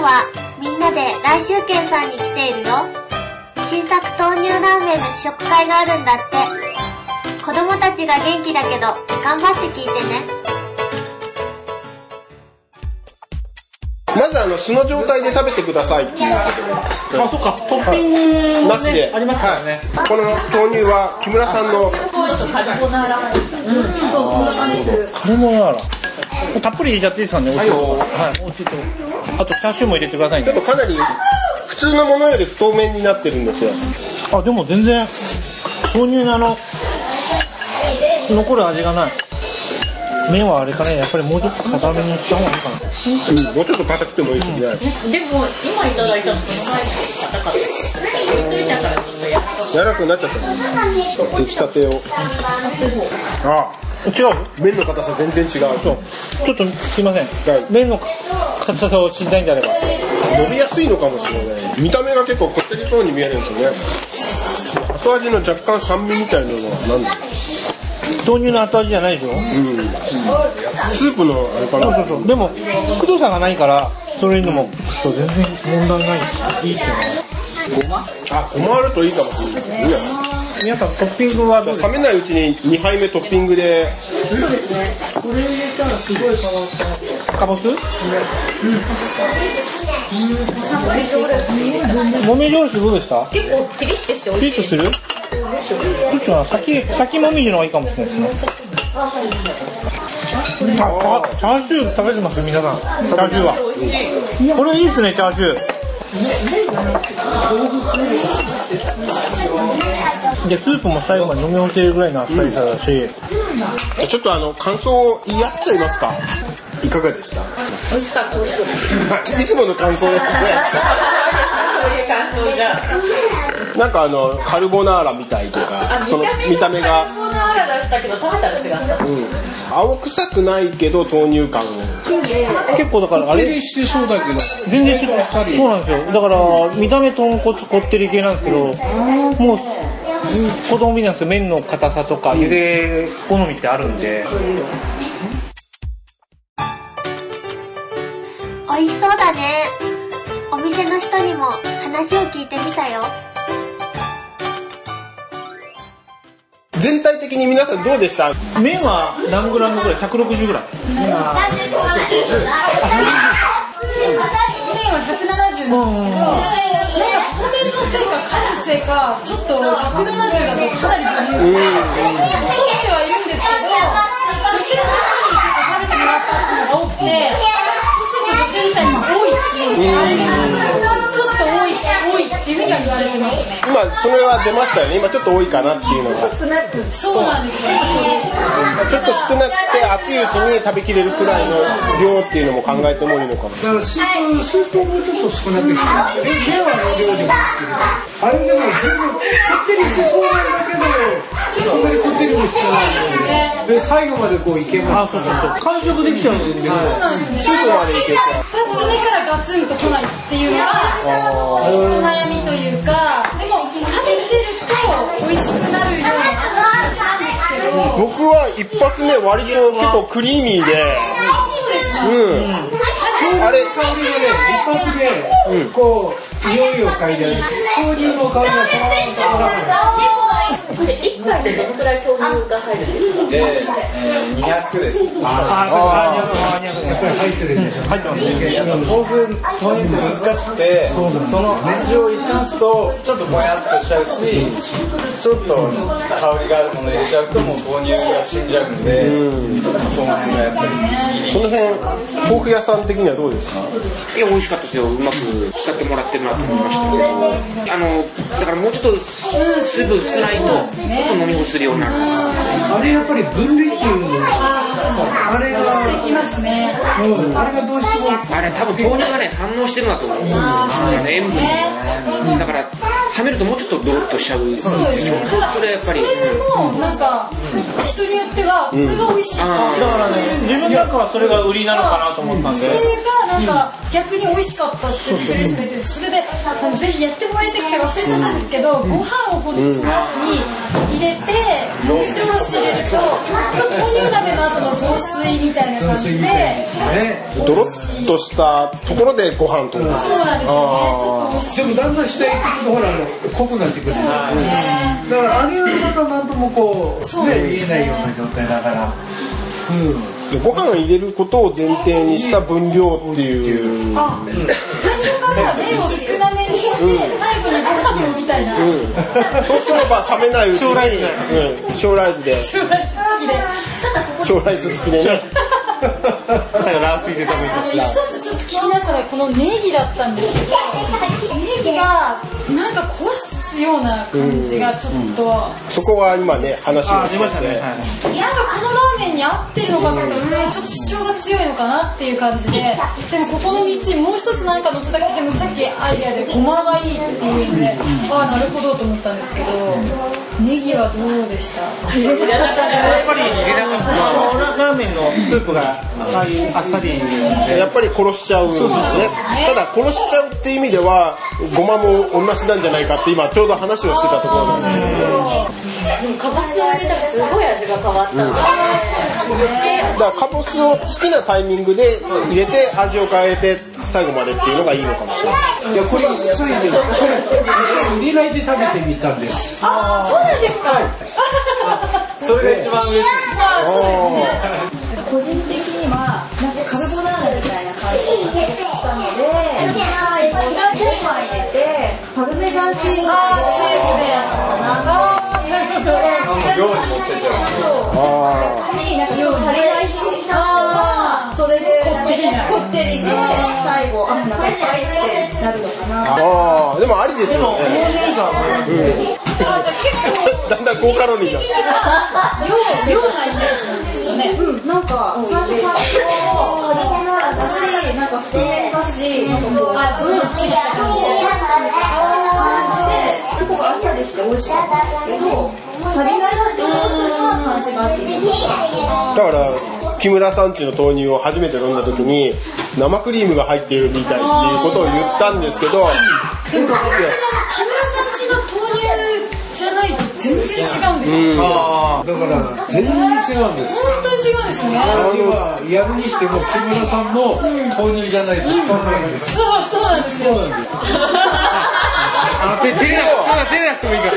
はみんなで来週軒さんに来ているよ。新作豆乳ラーメンの試食会があるんだって。子供たちが元気だけど頑張って聞いてね。 まず素の状態で食べてくださいっていうことで。 あ、そっか、トッピングも、ね、 なしでありますからね、 はい、この豆乳は木村さんのカルボナーラたっぷり入れちゃっていいですかね。はい、あとチャーシューも入れてくださいね。 ちょっとかなり普通のものより太麺になってるんですよ。 あ、でも全然豆乳の残る味がない。麺はあれかね、やっぱりもうちょっと固めにした方がいいかな。 もうちょっと硬くてもいいですね。 でも今いただいたのその前に硬かった。 柔らかくなっちゃったね。出来たてを。あ、 違う？ 麺の硬さ全然違う。 ちょっとすいません。 はい、 麺の硬さを知りたいんであれば。 伸びやすいのかもしれない。見た目が結構こってりそうに見えるんですよね。後味の若干酸味みたいなのは何だろう。 豆乳の後味じゃないでしょ。 スープのあれかな。 そうでもくどさがないからそれにも全然問題ない。いいっすよね。 ごまあるといいかもしれないですね。 皆さんトッピングはどうですか。 冷めないうちに2杯目トッピングで。 そうですね。これ入れたらすごい変わった。 かぼす？もみじおろしどうでした？ 結構キリッとして美味しい。 キリッとする？どっちかな、先もみじの方がいいかもしれないですね。チャーシュー食べてます皆さん。チャーシューはこれいいですね。チャーシューでスープも最後まで飲み干せるぐらいのあっさりさだし、 ちょっと感想を言い合っちゃいますか。いかがでした？ 美味しかった。美味しかった。 いつもの感想ですね。 そういう感想じゃ。 なんかカルボナーラみたいとか、その見た目がカルボナーラだったけど食べたら違った。 青臭くないけど豆乳感。 結構だからあれしてそうだけど全然違う。そうなんですよ。だから見た目豚骨こってり系なんですけど、もう子供みなんですよ。麺の硬さとか茹で好みってあるんで。 美味しそうだね。お店の人にも話を聞いてみたよ。 全体的に皆さんどうでした？ 麺は何グラムぐらい？160ぐらい。 麺は170なんですけど、なんか太麺のせいか噛むせいかちょっと170だとかなりボリューム落としてはいるんですけど、女性の人に結構食べてもらったのが多くて、そうすると女性者にも多いっていう、あれでちょっと多いっていうふうには言われてますね。 今それは出ましたよね。今ちょっと多いかなっていうのが。 そうなんですよね。 ちょっと少なくて熱いうちに食べきれるくらいの量っていうのも考えてもいいのかも。 だからスープをもうちょっと少なくしてレアの量でもあれでも全部こってりしてそうなんだけどそんなにこってりもしてないので最後までこういけます。 完食できちゃうんですよ。 スープまでいけちゃう。 2つ目からガツンと来ないっていうのがちょっと悩みというか、でも食べきれると美味しくなるようなんですけど、 僕は一発目割と結構クリーミーで、 あれ香りがね一発でこう匂いを嗅いで豆乳の香りが 1杯でどのくらい豆乳が入るんですか ？200です。 やっぱり入ってるでしょ。 入ってますね。 やっぱ豆乳って難しくて、その味を生かすとちょっともやっとしちゃうし、ちょっと香りがあるもの入れちゃうともう豆乳が死んじゃうんで、その辺がやっぱりその辺豆腐屋さん的にはどうですか？ いや美味しかったですよ。うまく使ってもらってるなと思いましたけど、だからもうちょっとスープ少ないとちょっと飲み干すようになる。 あれやっぱり分離っていうのあれができますね。 あれがどうしてもあれ多分豆乳がね反応してるんだと思う。塩分にだから冷めるともうちょっとドロッとしちゃう。 そうですね。 それやっぱり。 それもなんか人によってはこれが美味しいっていう人もいるんですよ。 自分なんかはそれが売りなのかなと思ったんで。 それがなんか逆に美味しかったって言ってる人がいて、それでぜひやってもらいたくて忘れちゃったんですけど、ご飯をほんとその後に入れて水おろし入れると豆乳鍋の後の雑炊みたいな感じでドロッとしたところでご飯と。 そうなんですよね。ちょっと美味しい。 でもだんだん下へ行くとほら濃くなってくるんですよ。だからあれはまた何ともこうね見えないような状態だから。 ご飯入れることを前提にした分量っていう。 最初から麺を少なめにして最後にご飯をみたいな。 そうすれば冷めないうちに小ライズで。 小ライス好きで。 小ライス付きでね。 最後ラース入れた方がいい。 一つちょっと気になったのがこのネギだったんですけど、ネギがなんか壊すような感じがちょっと、 そこは今ね話をしてて、 出ましたね。 なんかこのラーメンに合ってるのかっていうと、ちょっと主張が強いのかなっていう感じで、でもここの3つにもう一つなんか乗せたけど、さっきアイデアでごまがいいっていうので、ああなるほどと思ったんですけど、ネギはどうでした？ やっぱりラーメンのスープがああいうあっさりやっぱり殺しちゃうんですね。ただ殺しちゃうっていう意味ではごまも同じなんじゃないかって今ちょうど話をしてたところなんですけど、 でもカボスを入れたらすごい味が変わった。 だからカボスを好きなタイミングで入れて味を変えて最後までっていうのがいいのかもしれない。 いやこれ一切でこれ一切入れないで食べてみたんです。 あ、そうなんですか。 それが一番嬉しい。 個人的にはなんかカルボナーラみたいな感じしたので、ご飯入れてパルメザンチーズ入れた量に乗せちゃう。 になんか量足りない人いたらそれでこってりで最後なんかチャイってなるのかな。 でもありですよね。だんだん高カロリーだ。 量なイメージなんですよね。 なんか最初からカルボナーラだし、なんか太麺だし、なんかこうちょっともっちりした感じで、 そこがあっさりして美味しかったんですけど、足りないなって思った感じがあっていいですか。 だから木村さんちの豆乳を初めて飲んだ時に生クリームが入っているみたいっていうことを言ったんですけど、 木村さんちの豆乳じゃないと全然違うんですよ。 だから全然違うんです。 本当に違うんですね。 やるにしても木村さんの豆乳じゃないと使わないんです。 そうなんですよ。 照れなくてもいいから。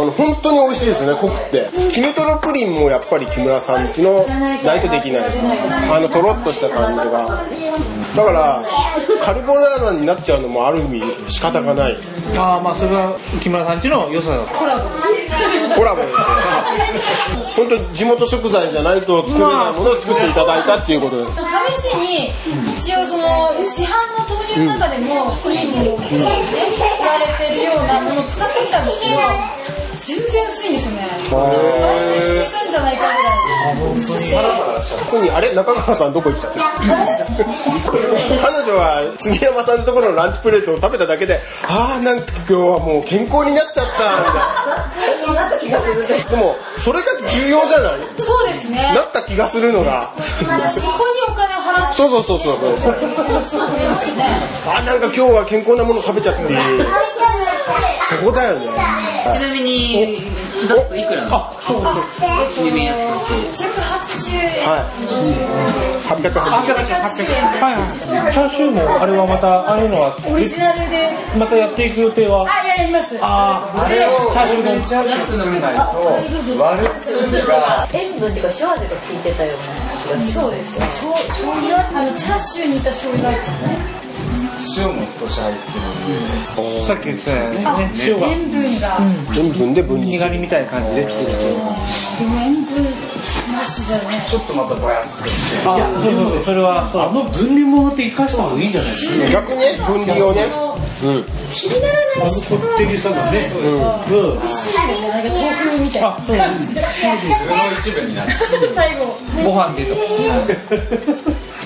本当に美味しいですよね、濃くて。キムトロプリンもやっぱり木村さんちのないとできない。とろっとした感じが。だからカルボナーラになっちゃうのもある意味仕方がない。 まあそれは木村さんちの良さだ。 コラボですよ。本当に地元食材じゃないと作れないものを作っていただいたっていうことです。 試しに一応その市販の豆乳の中でもクリームを売られてるようなものを使ってみたんですけど、全然薄いんですよね。あれでつけたんじゃないかぐらい。 特にあれ中川さんどこ行っちゃってる？彼女は杉山さんのところのランチプレートを食べただけで、なんか今日はもう健康になっちゃったみたいな。でもそれが重要じゃない？ そうですね。 なった気がするのが。 そこにお金を払って。 そう。 そうですね。 なんか今日は健康なもの食べちゃって。そこだよね。 ちなみに出すといくらなの？有名なやつ 180円。 880円。 チャーシューもあれはまたああいうのはオリジナルでまたやっていく予定は？ やります。 あれをチャーシュー作らないと割るが塩分っていうか塩味が効いてたよね。 そうです。醤油チャーシューにいた醤油が入ってますね。 塩も少し入ってるんで、 さっき言ってたよね。塩が塩分が塩分で分離苦味みたいな感じで。 でも塩分なしじゃね。 ちょっとまたぼやっとして。 そうそれはそう。 分離物って生かした方がいいんじゃないですか。 逆にね分離をね。 気にならない人こってりさがね。 美味しいよね。なんか豆腐みたいな。 そうなんです。 具の一部になる。 最後ご飯でと。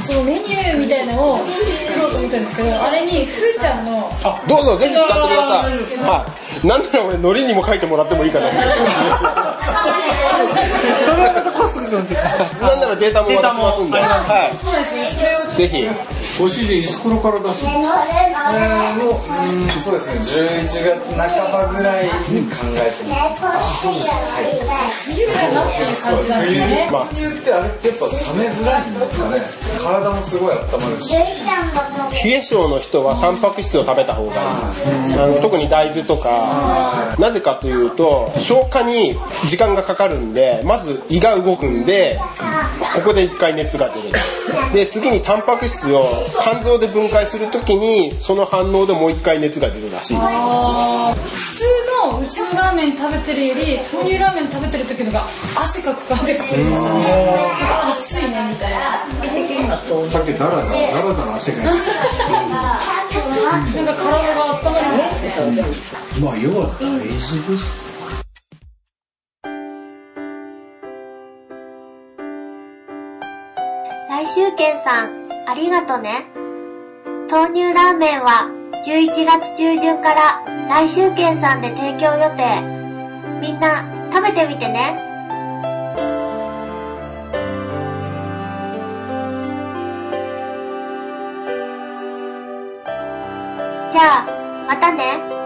そのメニューみたいなのを作ろうと思ったんですけど、あれにふーちゃんのどうぞぜひ使ってください。はい。なんなら俺海苔にも書いてもらってもいいかな。 それはまたコスト君ってなんならデータも渡しますんで。はそうですね、それをい。ぜひ。 ご主人いつ頃から出すの？ そうですね、11月半ばぐらいに考えてます。 冬かなっていう感じなんですよね。 豆乳ってあれってやっぱ冷めづらいんですかね。体もすごい温まるし。 冷え性の人はタンパク質を食べた方がいい。特に大豆とか。なぜかというと消化に時間がかかるんで、まず胃が動くんで、ここで一回熱が出る。で次にタンパク質を肝臓で分解するときにその反応でもう一回熱が出るらしい。 普通のうちのラーメン食べてるより豆乳ラーメン食べてる時のが汗かく感じがするんですよ。なんか暑いねみたいな。 さっきダラダラ汗かいてなんか体が温まりますね。 まあ要は大豆です。 来週券さん、ありがとね。豆乳ラーメンは11月中旬から来週券さんで提供予定。みんな食べてみてね。じゃあ、またね。